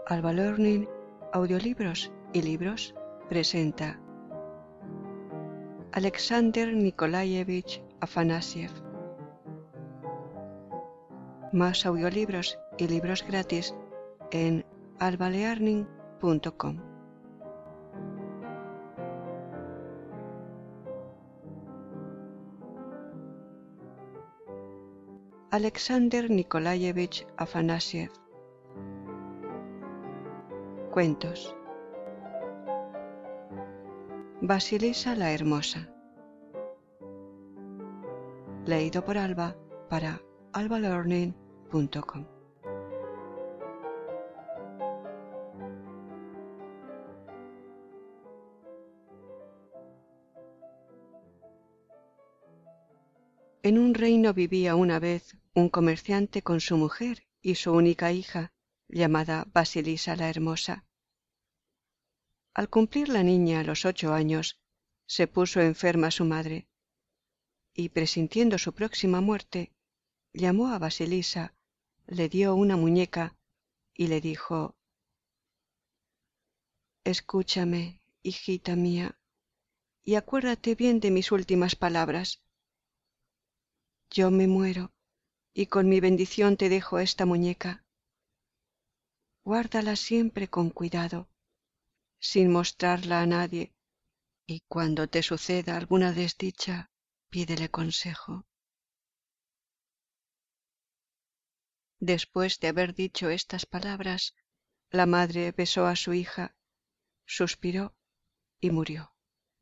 Alba Learning, Audiolibros y Libros presenta Alexander Nikolayevich Afanasiev. Más audiolibros y libros gratis en albalearning.com. Alexander Nikolayevich Afanasiev. Cuentos. Vasilisa la Hermosa. Leído por Alba para albalearning.com. En un reino vivía una vez un comerciante con su mujer y su única hija, llamada Vasilisa la Hermosa. Al cumplir la niña los 8 años, se puso enferma su madre, y presintiendo su próxima muerte, llamó a Vasilisa, le dio una muñeca y le dijo: «Escúchame, hijita mía, y acuérdate bien de mis últimas palabras. Yo me muero, y con mi bendición te dejo esta muñeca. Guárdala siempre con cuidado, sin mostrarla a nadie, y cuando te suceda alguna desdicha, pídele consejo». Después de haber dicho estas palabras, la madre besó a su hija, suspiró y murió.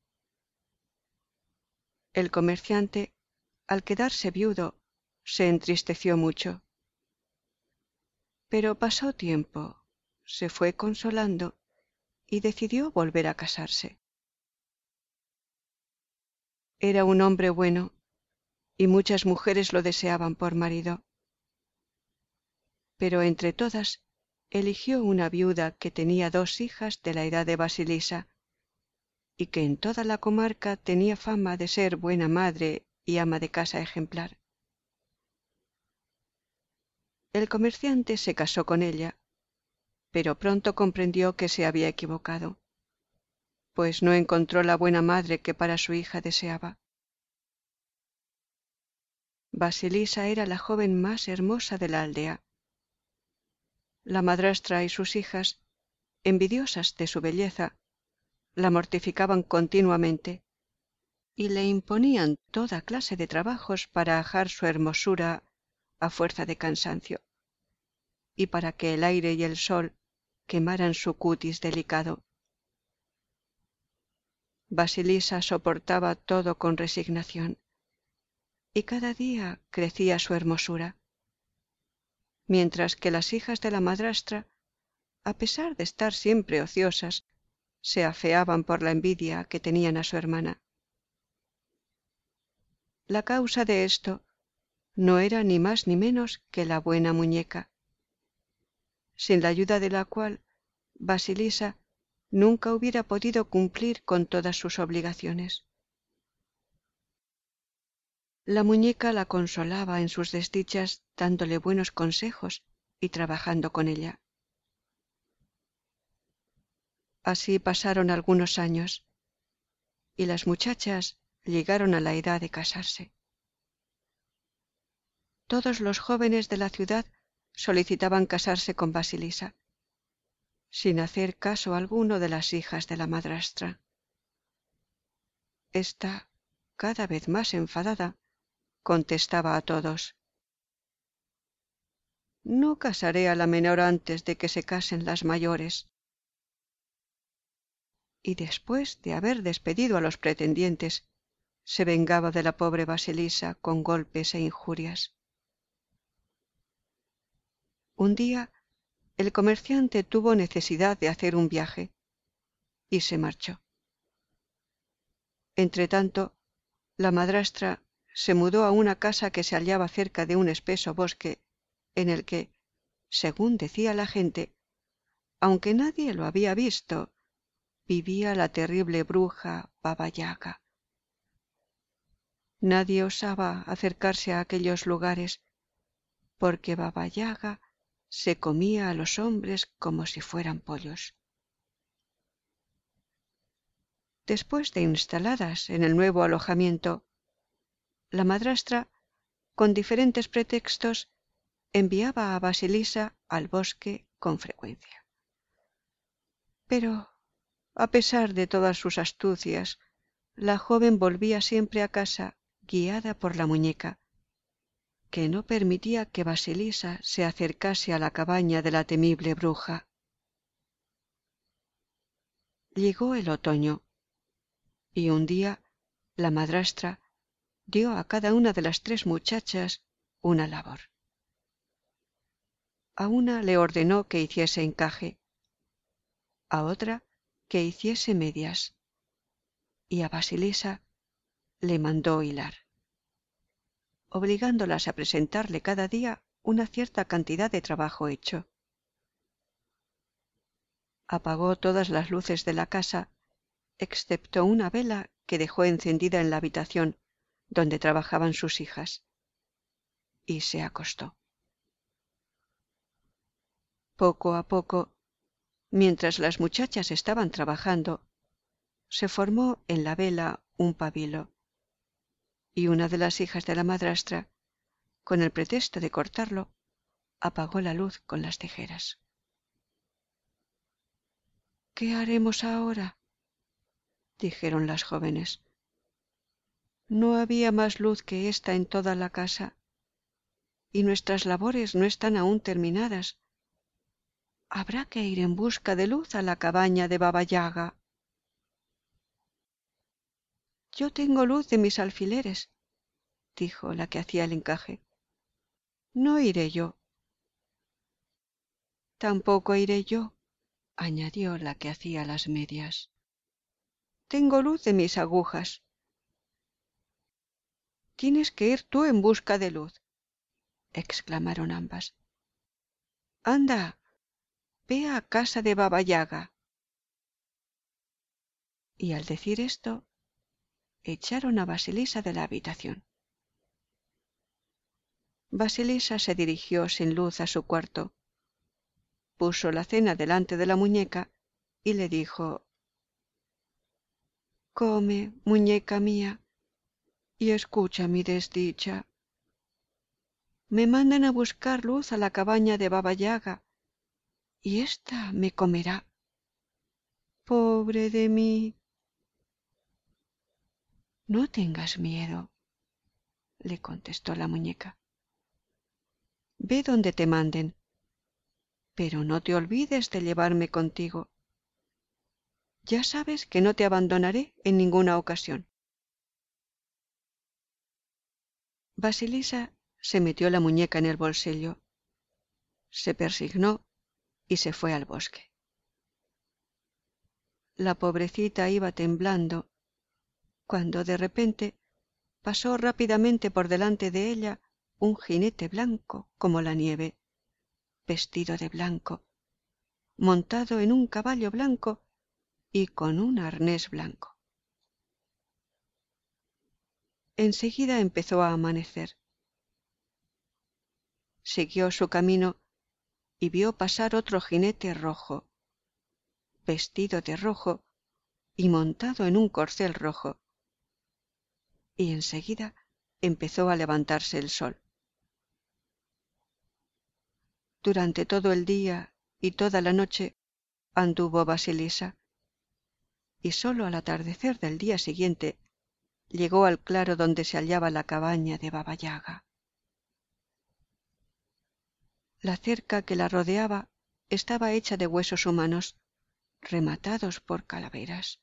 El comerciante, al quedarse viudo, se entristeció mucho. Pero pasó tiempo, se fue consolando y decidió volver a casarse. Era un hombre bueno y muchas mujeres lo deseaban por marido. Pero entre todas eligió una viuda que tenía 2 hijas de la edad de Vasilisa y que en toda la comarca tenía fama de ser buena madre y ama de casa ejemplar. El comerciante se casó con ella, pero pronto comprendió que se había equivocado, pues no encontró la buena madre que para su hija deseaba. Vasilisa era la joven más hermosa de la aldea. La madrastra y sus hijas, envidiosas de su belleza, la mortificaban continuamente y le imponían toda clase de trabajos para ajar su hermosura a fuerza de cansancio, y para que el aire y el sol quemaran su cutis delicado. Vasilisa soportaba todo con resignación, y cada día crecía su hermosura, mientras que las hijas de la madrastra, a pesar de estar siempre ociosas, se afeaban por la envidia que tenían a su hermana. La causa de esto no era ni más ni menos que la buena muñeca, sin la ayuda de la cual Vasilisa nunca hubiera podido cumplir con todas sus obligaciones. La muñeca la consolaba en sus desdichas dándole buenos consejos y trabajando con ella. Así pasaron algunos años, y las muchachas llegaron a la edad de casarse. Todos los jóvenes de la ciudad solicitaban casarse con Vasilisa, sin hacer caso alguno de las hijas de la madrastra. Esta, cada vez más enfadada, contestaba a todos: «No casaré a la menor antes de que se casen las mayores». Y después de haber despedido a los pretendientes, se vengaba de la pobre Vasilisa con golpes e injurias. Un día el comerciante tuvo necesidad de hacer un viaje y se marchó. Entretanto, la madrastra se mudó a una casa que se hallaba cerca de un espeso bosque en el que, según decía la gente, aunque nadie lo había visto, vivía la terrible bruja Baba Yaga. Nadie osaba acercarse a aquellos lugares porque Baba Yaga se comía a los hombres como si fueran pollos. Después de instaladas en el nuevo alojamiento, la madrastra, con diferentes pretextos, enviaba a Basilisa al bosque con frecuencia. Pero, a pesar de todas sus astucias, la joven volvía siempre a casa guiada por la muñeca, que no permitía que Basilisa se acercase a la cabaña de la temible bruja. Llegó el otoño, y un día la madrastra dio a cada una de las 3 muchachas una labor. A una le ordenó que hiciese encaje, a otra que hiciese medias, y a Basilisa le mandó hilar, obligándolas a presentarle cada día una cierta cantidad de trabajo hecho. Apagó todas las luces de la casa, excepto una vela que dejó encendida en la habitación donde trabajaban sus hijas, y se acostó. Poco a poco, mientras las muchachas estaban trabajando, se formó en la vela un pabilo, y una de las hijas de la madrastra, con el pretexto de cortarlo, apagó la luz con las tijeras. «¿Qué haremos ahora?», dijeron las jóvenes. «No había más luz que esta en toda la casa, y nuestras labores no están aún terminadas. Habrá que ir en busca de luz a la cabaña de Baba Yaga». «Yo tengo luz de mis alfileres», dijo la que hacía el encaje. «No iré yo». «Tampoco iré yo», añadió la que hacía las medias. «Tengo luz de mis agujas». «Tienes que ir tú en busca de luz», exclamaron ambas. «Anda, ve a casa de Baba Yaga». Y al decir esto, echaron a Basilisa de la habitación. Basilisa se dirigió sin luz a su cuarto, puso la cena delante de la muñeca y le dijo: «Come, muñeca mía, y escucha mi desdicha. Me mandan a buscar luz a la cabaña de Baba Yaga, y ésta me comerá. Pobre de mí». «No tengas miedo», le contestó la muñeca. «Ve donde te manden, pero no te olvides de llevarme contigo. Ya sabes que no te abandonaré en ninguna ocasión». Basilisa se metió la muñeca en el bolsillo, se persignó y se fue al bosque. La pobrecita iba temblando, cuando de repente pasó rápidamente por delante de ella un jinete blanco como la nieve, vestido de blanco, montado en un caballo blanco y con un arnés blanco. Enseguida empezó a amanecer. Siguió su camino y vio pasar otro jinete rojo, vestido de rojo y montado en un corcel rojo, y enseguida empezó a levantarse el sol. Durante todo el día y toda la noche anduvo Basilisa, y sólo al atardecer del día siguiente llegó al claro donde se hallaba la cabaña de Baba Yaga. La cerca que la rodeaba estaba hecha de huesos humanos, rematados por calaveras.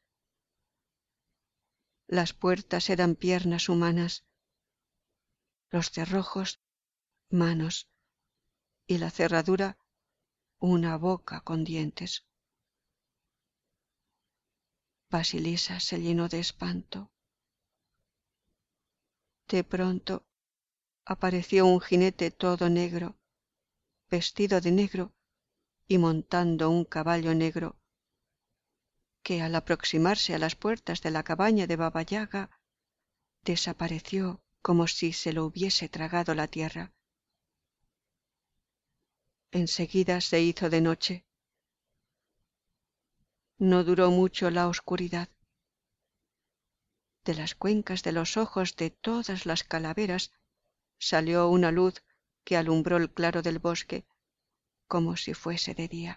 Las puertas eran piernas humanas, los cerrojos manos, y la cerradura una boca con dientes. Basilisa se llenó de espanto. De pronto apareció un jinete todo negro, vestido de negro y montando un caballo negro, que al aproximarse a las puertas de la cabaña de Baba Yaga desapareció como si se lo hubiese tragado la tierra. Enseguida se hizo de noche. No duró mucho la oscuridad. De las cuencas de los ojos de todas las calaveras salió una luz que alumbró el claro del bosque como si fuese de día.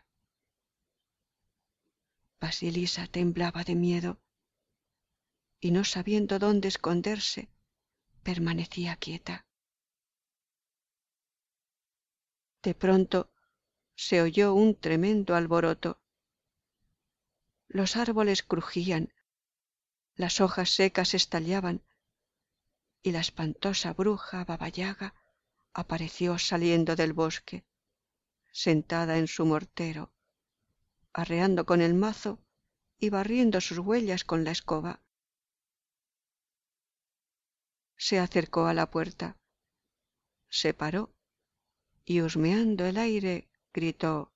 Basilisa temblaba de miedo y, no sabiendo dónde esconderse, permanecía quieta. De pronto se oyó un tremendo alboroto. Los árboles crujían, las hojas secas estallaban, y la espantosa bruja Baba Yaga apareció saliendo del bosque, sentada en su mortero, arreando con el mazo y barriendo sus huellas con la escoba. Se acercó a la puerta, se paró y, husmeando el aire, gritó: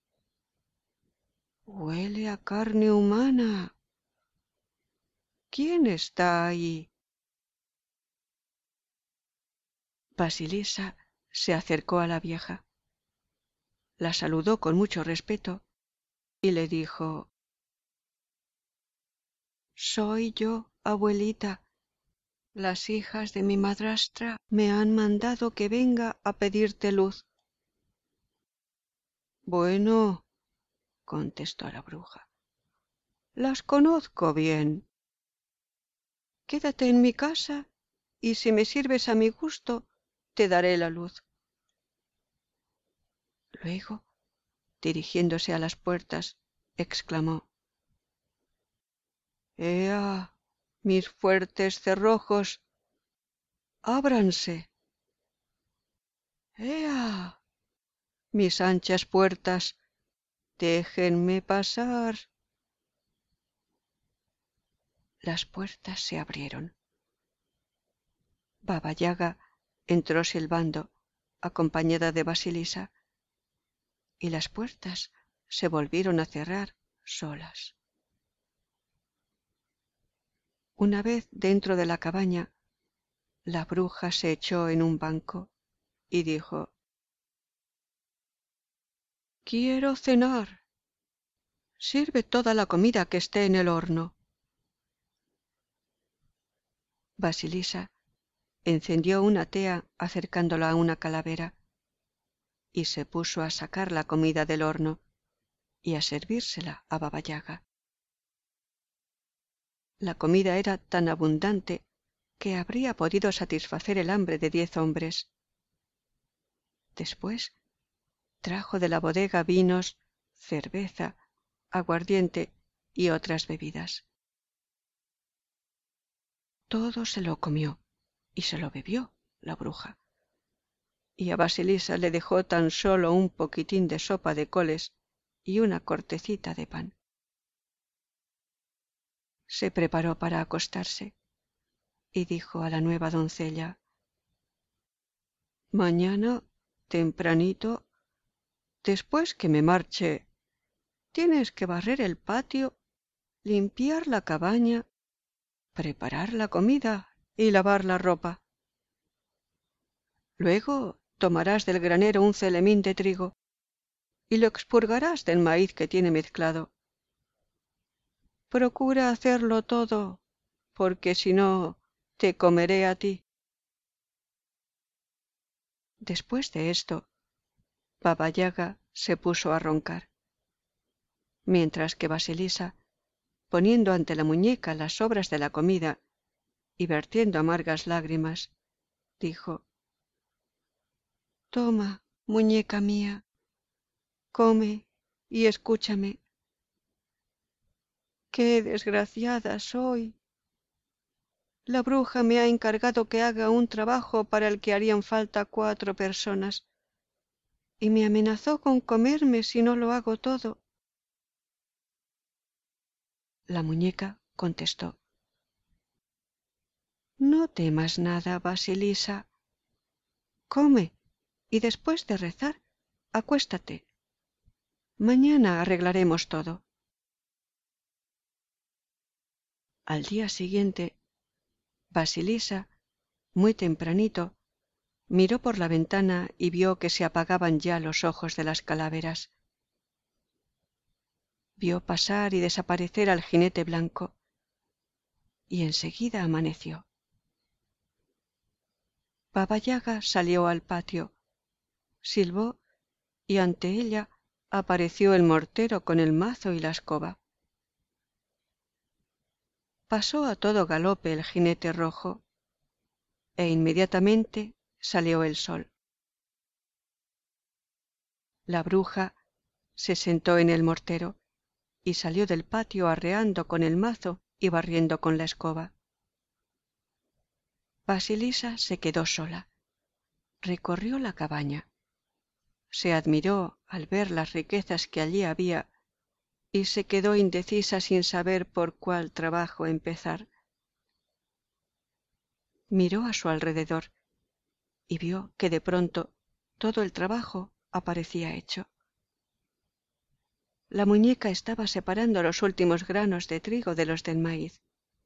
«¡Huele a carne humana! ¿Quién está ahí?» Basilisa se acercó a la vieja, la saludó con mucho respeto y le dijo: «Soy yo, abuelita. Las hijas de mi madrastra me han mandado que venga a pedirte luz». «Bueno», contestó la bruja, «las conozco bien. Quédate en mi casa y, si me sirves a mi gusto, te daré la luz». Luego, dirigiéndose a las puertas, exclamó: «¡Ea, mis fuertes cerrojos, ábranse! ¡Ea, mis anchas puertas, déjenme pasar!». Las puertas se abrieron. Baba Yaga entró silbando, acompañada de Basilisa, y las puertas se volvieron a cerrar solas. Una vez dentro de la cabaña, la bruja se echó en un banco y dijo: «Quiero cenar. Sirve toda la comida que esté en el horno». Basilisa encendió una tea acercándola a una calavera y se puso a sacar la comida del horno y a servírsela a Baba Yaga. La comida era tan abundante que habría podido satisfacer el hambre de 10 hombres. Después trajo de la bodega vinos, cerveza, aguardiente y otras bebidas. Todo se lo comió y se lo bebió la bruja, y a Basilisa le dejó tan solo un poquitín de sopa de coles y una cortecita de pan. Se preparó para acostarse y dijo a la nueva doncella: «Mañana, tempranito, después que me marche, tienes que barrer el patio, limpiar la cabaña, preparar la comida y lavar la ropa. Luego tomarás del granero un celemín de trigo y lo expurgarás del maíz que tiene mezclado. Procura hacerlo todo, porque si no, te comeré a ti». Después de esto, Baba Yaga se puso a roncar, mientras que Basilisa, poniendo ante la muñeca las sobras de la comida y vertiendo amargas lágrimas, dijo: «Toma, muñeca mía, come y escúchame. ¡Qué desgraciada soy! La bruja me ha encargado que haga un trabajo para el que harían falta 4 personas, y me amenazó con comerme si no lo hago todo». La muñeca contestó: «No temas nada, Basilisa. Come y, después de rezar, acuéstate. Mañana arreglaremos todo». Al día siguiente, Basilisa, muy tempranito, Miró por la ventana y vio que se apagaban ya los ojos de las calaveras. Vio pasar y desaparecer al jinete blanco, y enseguida amaneció. Baba Yaga salió al patio, silbó, y ante ella apareció el mortero con el mazo y la escoba. Pasó a todo galope el jinete rojo, e inmediatamente salió el sol. La bruja se sentó en el mortero y salió del patio arreando con el mazo y barriendo con la escoba. Vasilisa se quedó sola. Recorrió la cabaña. Se admiró al ver las riquezas que allí había y se quedó indecisa sin saber por cuál trabajo empezar. Miró a su alrededor y vio que de pronto todo el trabajo aparecía hecho. La muñeca estaba separando los últimos granos de trigo de los del maíz.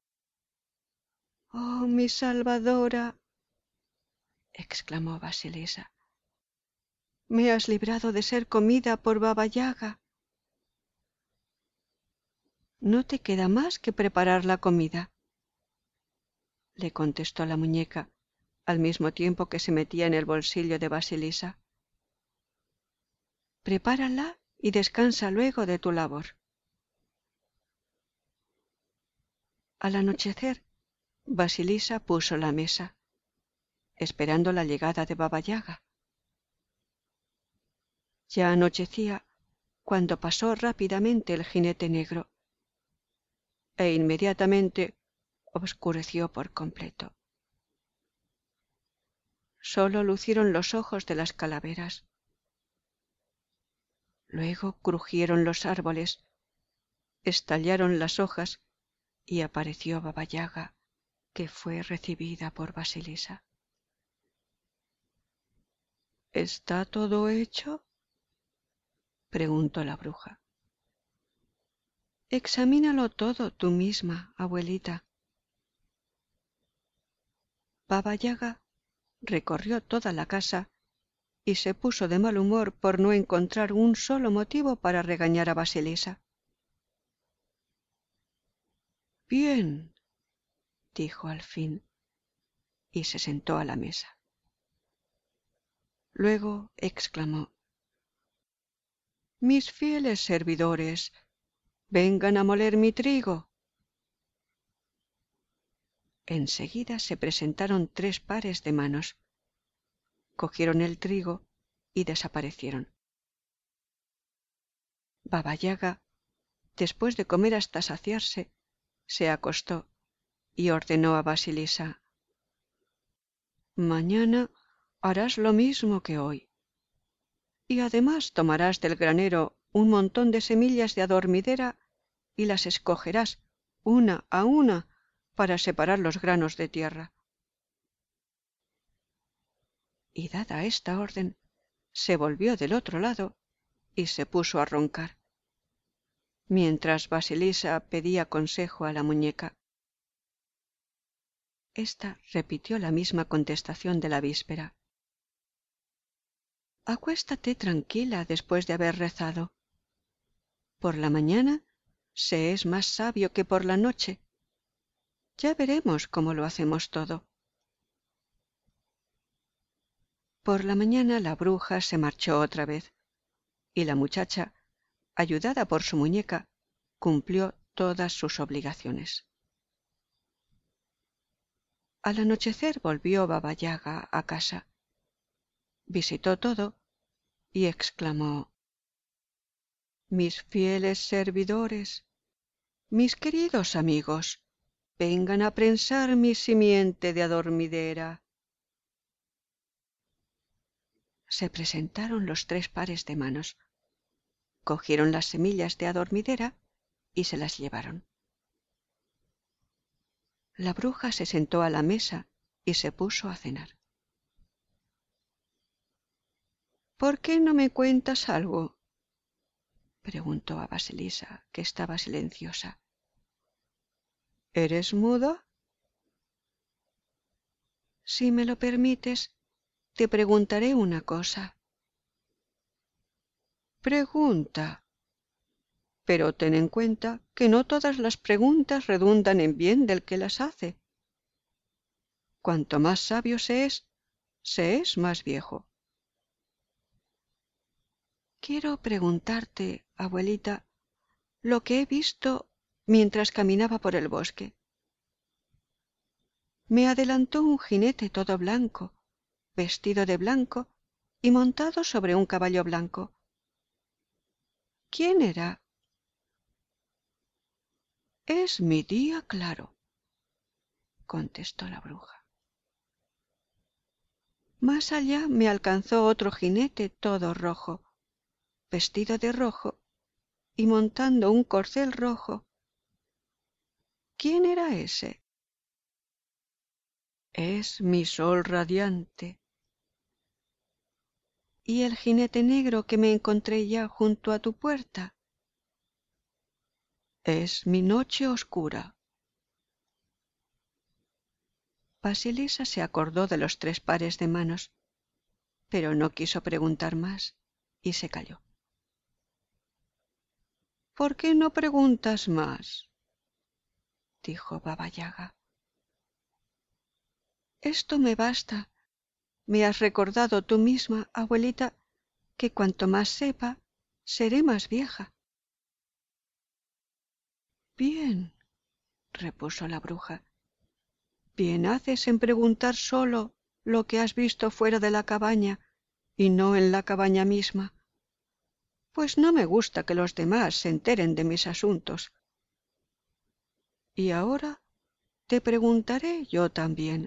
«¡Oh, mi salvadora!», exclamó Vasilisa. «Me has librado de ser comida por Baba Yaga». «No te queda más que preparar la comida», le contestó la muñeca, al mismo tiempo que se metía en el bolsillo de Vasilisa. «Prepárala y descansa luego de tu labor». Al anochecer, Vasilisa puso la mesa, esperando la llegada de Baba Yaga. Ya anochecía cuando pasó rápidamente el jinete negro, e inmediatamente obscureció por completo. Solo lucieron los ojos de las calaveras. Luego crujieron los árboles, estallaron las hojas y apareció Baba Yaga, que fue recibida por Vasilisa. «¿Está todo hecho?», preguntó la bruja. «Examínalo todo tú misma, abuelita». Baba Yaga recorrió toda la casa y se puso de mal humor por no encontrar un solo motivo para regañar a Vasilisa. «Bien», dijo al fin, y se sentó a la mesa. Luego exclamó: «Mis fieles servidores, vengan a moler mi trigo». Enseguida se presentaron 3 pares de manos, cogieron el trigo y desaparecieron. Baba Yaga, después de comer hasta saciarse, se acostó y ordenó a Vasilisa: «Mañana harás lo mismo que hoy, y además tomarás del granero un montón de semillas de adormidera y las escogerás una a una para separar los granos de tierra». Y dada esta orden, se volvió del otro lado y se puso a roncar, mientras Vasilisa pedía consejo a la muñeca. Esta repitió la misma contestación de la víspera: «Acuéstate tranquila después de haber rezado. Por la mañana se es más sabio que por la noche. Ya veremos cómo lo hacemos todo». Por la mañana la bruja se marchó otra vez, y la muchacha, ayudada por su muñeca, cumplió todas sus obligaciones. Al anochecer volvió Baba Yaga a casa. Visitó todo y exclamó: «Mis fieles servidores, mis queridos amigos, vengan a prensar mi simiente de adormidera». Se presentaron los 3 pares de manos, cogieron las semillas de adormidera y se las llevaron. La bruja se sentó a la mesa y se puso a cenar. «¿Por qué no me cuentas algo?», preguntó a Vasilisa, que estaba silenciosa. «¿Eres muda?». «Si me lo permites, te preguntaré una cosa. Pregunta. Pero ten en cuenta que no todas las preguntas redundan en bien del que las hace. Cuanto más sabio se es más viejo. Quiero preguntarte, abuelita, lo que he visto mientras caminaba por el bosque. Me adelantó un jinete todo blanco, vestido de blanco y montado sobre un caballo blanco. ¿Quién era? Es mi día claro, contestó la bruja. Más allá me alcanzó otro jinete todo rojo, vestido de rojo y montando un corcel rojo. ¿Quién era ese? Es mi sol radiante. ¿Y el jinete negro que me encontré ya junto a tu puerta? Es mi noche oscura. Basilisa se acordó de los 3 pares de manos, pero no quiso preguntar más y se calló. ¿Por qué no preguntas más?, dijo Baba Yaga. Esto me basta. Me has recordado tú misma, abuelita, que cuanto más sepa, seré más vieja. Bien, repuso la bruja. Bien haces en preguntar solo lo que has visto fuera de la cabaña y no en la cabaña misma, pues no me gusta que los demás se enteren de mis asuntos. Y ahora te preguntaré yo también.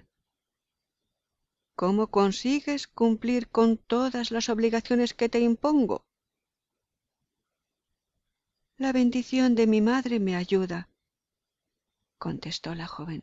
¿Cómo consigues cumplir con todas las obligaciones que te impongo? La bendición de mi madre me ayuda, contestó la joven.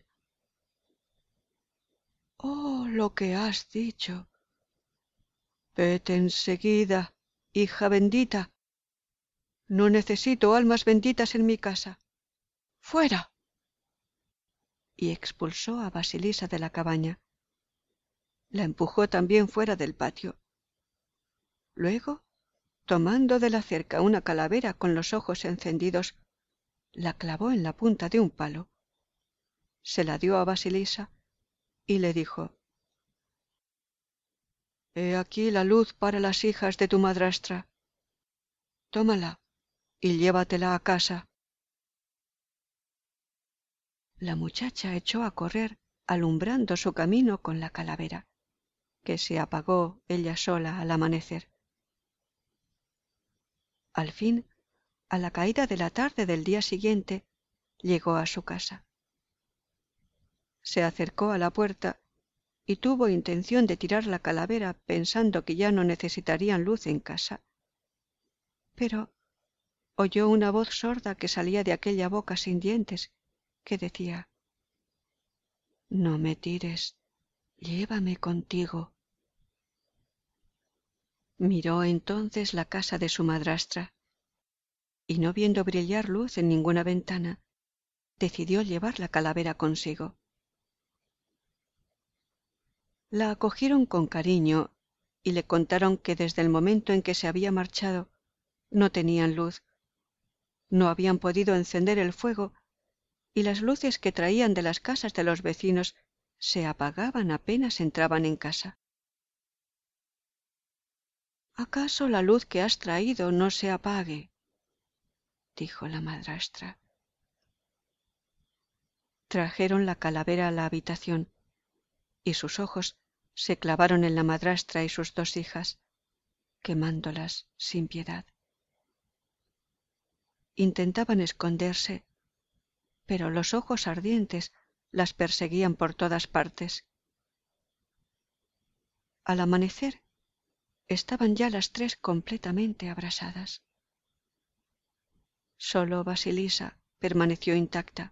Oh, lo que has dicho. Vete enseguida, hija bendita. No necesito almas benditas en mi casa. ¡Fuera! Y expulsó a Basilisa de la cabaña. La empujó también fuera del patio. Luego, tomando de la cerca una calavera con los ojos encendidos, la clavó en la punta de un palo. Se la dio a Basilisa y le dijo: He aquí la luz para las hijas de tu madrastra. Tómala y llévatela a casa. La muchacha echó a correr, alumbrando su camino con la calavera, que se apagó ella sola al amanecer. Al fin, a la caída de la tarde del día siguiente, llegó a su casa. Se acercó a la puerta y tuvo intención de tirar la calavera pensando que ya no necesitarían luz en casa. Pero oyó una voz sorda que salía de aquella boca sin dientes, que decía: No me tires, llévame contigo. Miró entonces la casa de su madrastra, y no viendo brillar luz en ninguna ventana, decidió llevar la calavera consigo. La acogieron con cariño y le contaron que desde el momento en que se había marchado no tenían luz, no habían podido encender el fuego y las luces que traían de las casas de los vecinos se apagaban apenas entraban en casa. ¿Acaso la luz que has traído no se apague?, dijo la madrastra. Trajeron la calavera a la habitación y sus ojos se clavaron en la madrastra y sus 2 hijas, quemándolas sin piedad. Intentaban esconderse, pero los ojos ardientes las perseguían por todas partes. Al amanecer estaban ya las 3 completamente abrasadas. Solo Basilisa permaneció intacta.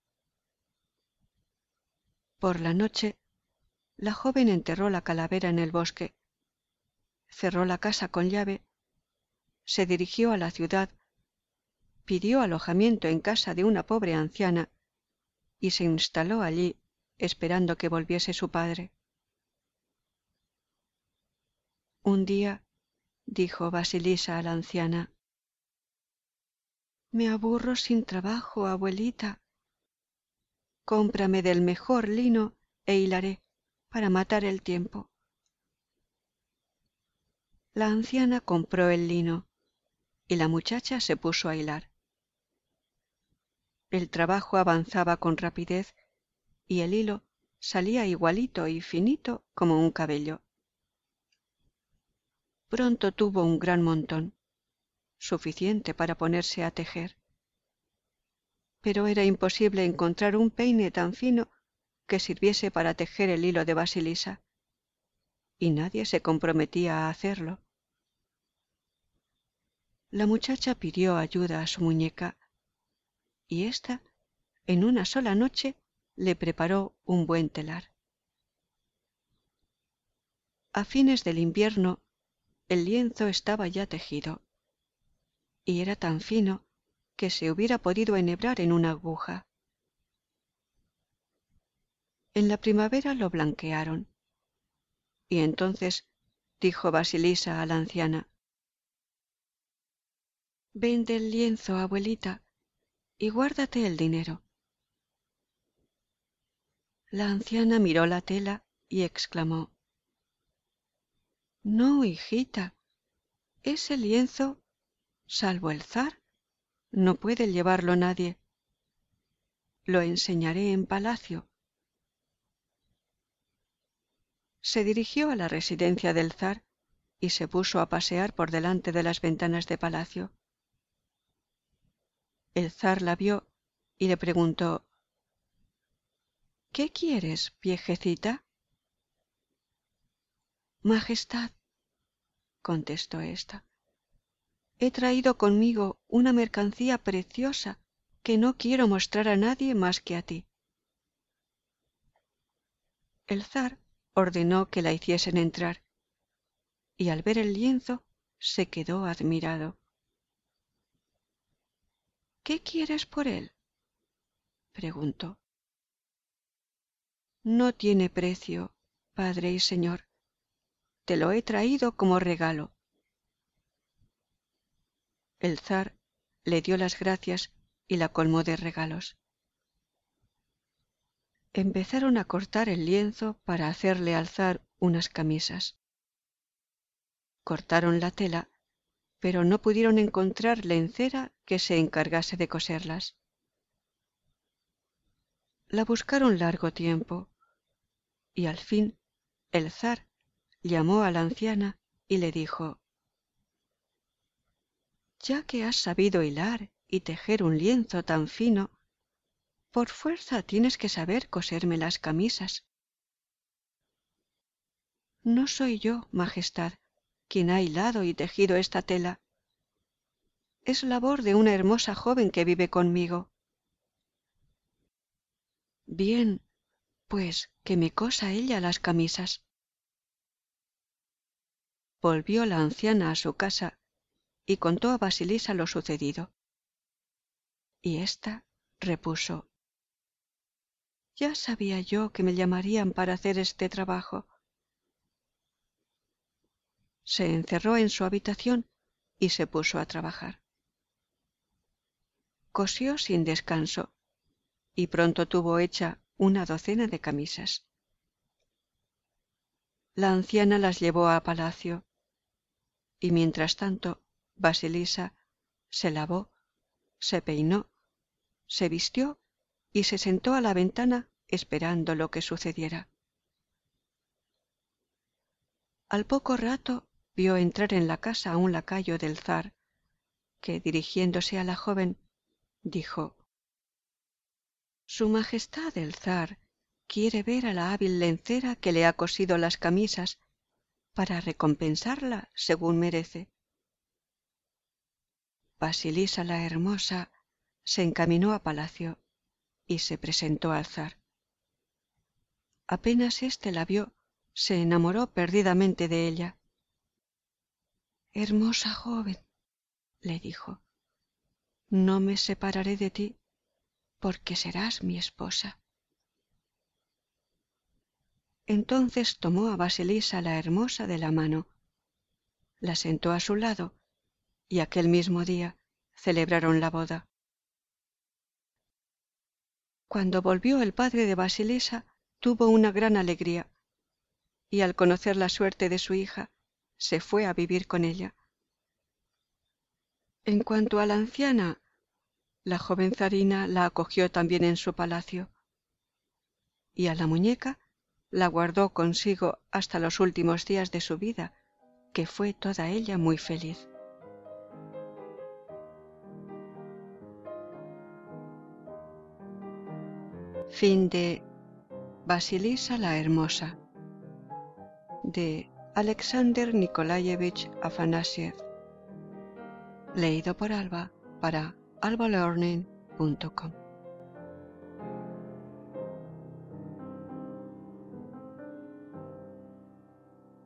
Por la noche, la joven enterró la calavera en el bosque, cerró la casa con llave, se dirigió a la ciudad, pidió alojamiento en casa de una pobre anciana y se instaló allí esperando que volviese su padre. Un día, dijo Vasilisa a la anciana, me aburro sin trabajo, abuelita. Cómprame del mejor lino e hilaré para matar el tiempo. La anciana compró el lino y la muchacha se puso a hilar. El trabajo avanzaba con rapidez y el hilo salía igualito y finito como un cabello. Pronto tuvo un gran montón, suficiente para ponerse a tejer. Pero era imposible encontrar un peine tan fino que sirviese para tejer el hilo de Vasilisa, y nadie se comprometía a hacerlo. La muchacha pidió ayuda a su muñeca, y ésta, en una sola noche, le preparó un buen telar. A fines del invierno, el lienzo estaba ya tejido, y era tan fino que se hubiera podido enhebrar en una aguja. En la primavera lo blanquearon, y entonces dijo Vasilisa a la anciana, «Vende el lienzo, abuelita, y guárdate el dinero». La anciana miró la tela y exclamó, «No, hijita, ese lienzo, salvo el zar, no puede llevarlo nadie. Lo enseñaré en palacio». Se dirigió a la residencia del zar y se puso a pasear por delante de las ventanas de palacio. El zar la vio y le preguntó, «¿Qué quieres, viejecita?» «Majestad», contestó ésta, «he traído conmigo una mercancía preciosa que no quiero mostrar a nadie más que a ti». El zar ordenó que la hiciesen entrar, y al ver el lienzo se quedó admirado. «¿Qué quieres por él?», preguntó. «No tiene precio, padre y señor. Te lo he traído como regalo». El zar le dio las gracias y la colmó de regalos. Empezaron a cortar el lienzo para hacerle al zar unas camisas. Cortaron la tela, pero no pudieron encontrar lencera que se encargase de coserlas. La buscaron largo tiempo, y al fin el zar llamó a la anciana y le dijo, «Ya que has sabido hilar y tejer un lienzo tan fino, por fuerza tienes que saber coserme las camisas». «No soy yo, Majestad, quien ha hilado y tejido esta tela. Es labor de una hermosa joven que vive conmigo». «Bien, pues que me cosa ella las camisas». Volvió la anciana a su casa y contó a Vasilisa lo sucedido. Y ésta repuso, «Ya sabía yo que me llamarían para hacer este trabajo». Se encerró en su habitación y se puso a trabajar. Cosió sin descanso y pronto tuvo hecha una docena de camisas. La anciana las llevó a palacio y mientras tanto Vasilisa se lavó, se peinó, se vistió y se sentó a la ventana esperando lo que sucediera. Al poco rato vio entrar en la casa a un lacayo del zar, que, dirigiéndose a la joven, dijo, «Su Majestad el zar quiere ver a la hábil lencera que le ha cosido las camisas para recompensarla según merece». Vasilisa la hermosa se encaminó a palacio y se presentó al zar. Apenas éste la vio, se enamoró perdidamente de ella. «Hermosa joven», le dijo, «no me separaré de ti, porque serás mi esposa». Entonces tomó a Vasilisa la hermosa de la mano la sentó a su lado y aquel mismo día celebraron la boda. Cuando volvió el padre de Basilisa, tuvo una gran alegría, y al conocer la suerte de su hija, se fue a vivir con ella. En cuanto a la anciana, la joven zarina la acogió también en su palacio, y a la muñeca la guardó consigo hasta los últimos días de su vida, que fue toda ella muy feliz. Fin de Basilisa la Hermosa, de Alexander Nikolayevich Afanasiev, leído por Alba para albalearning.com.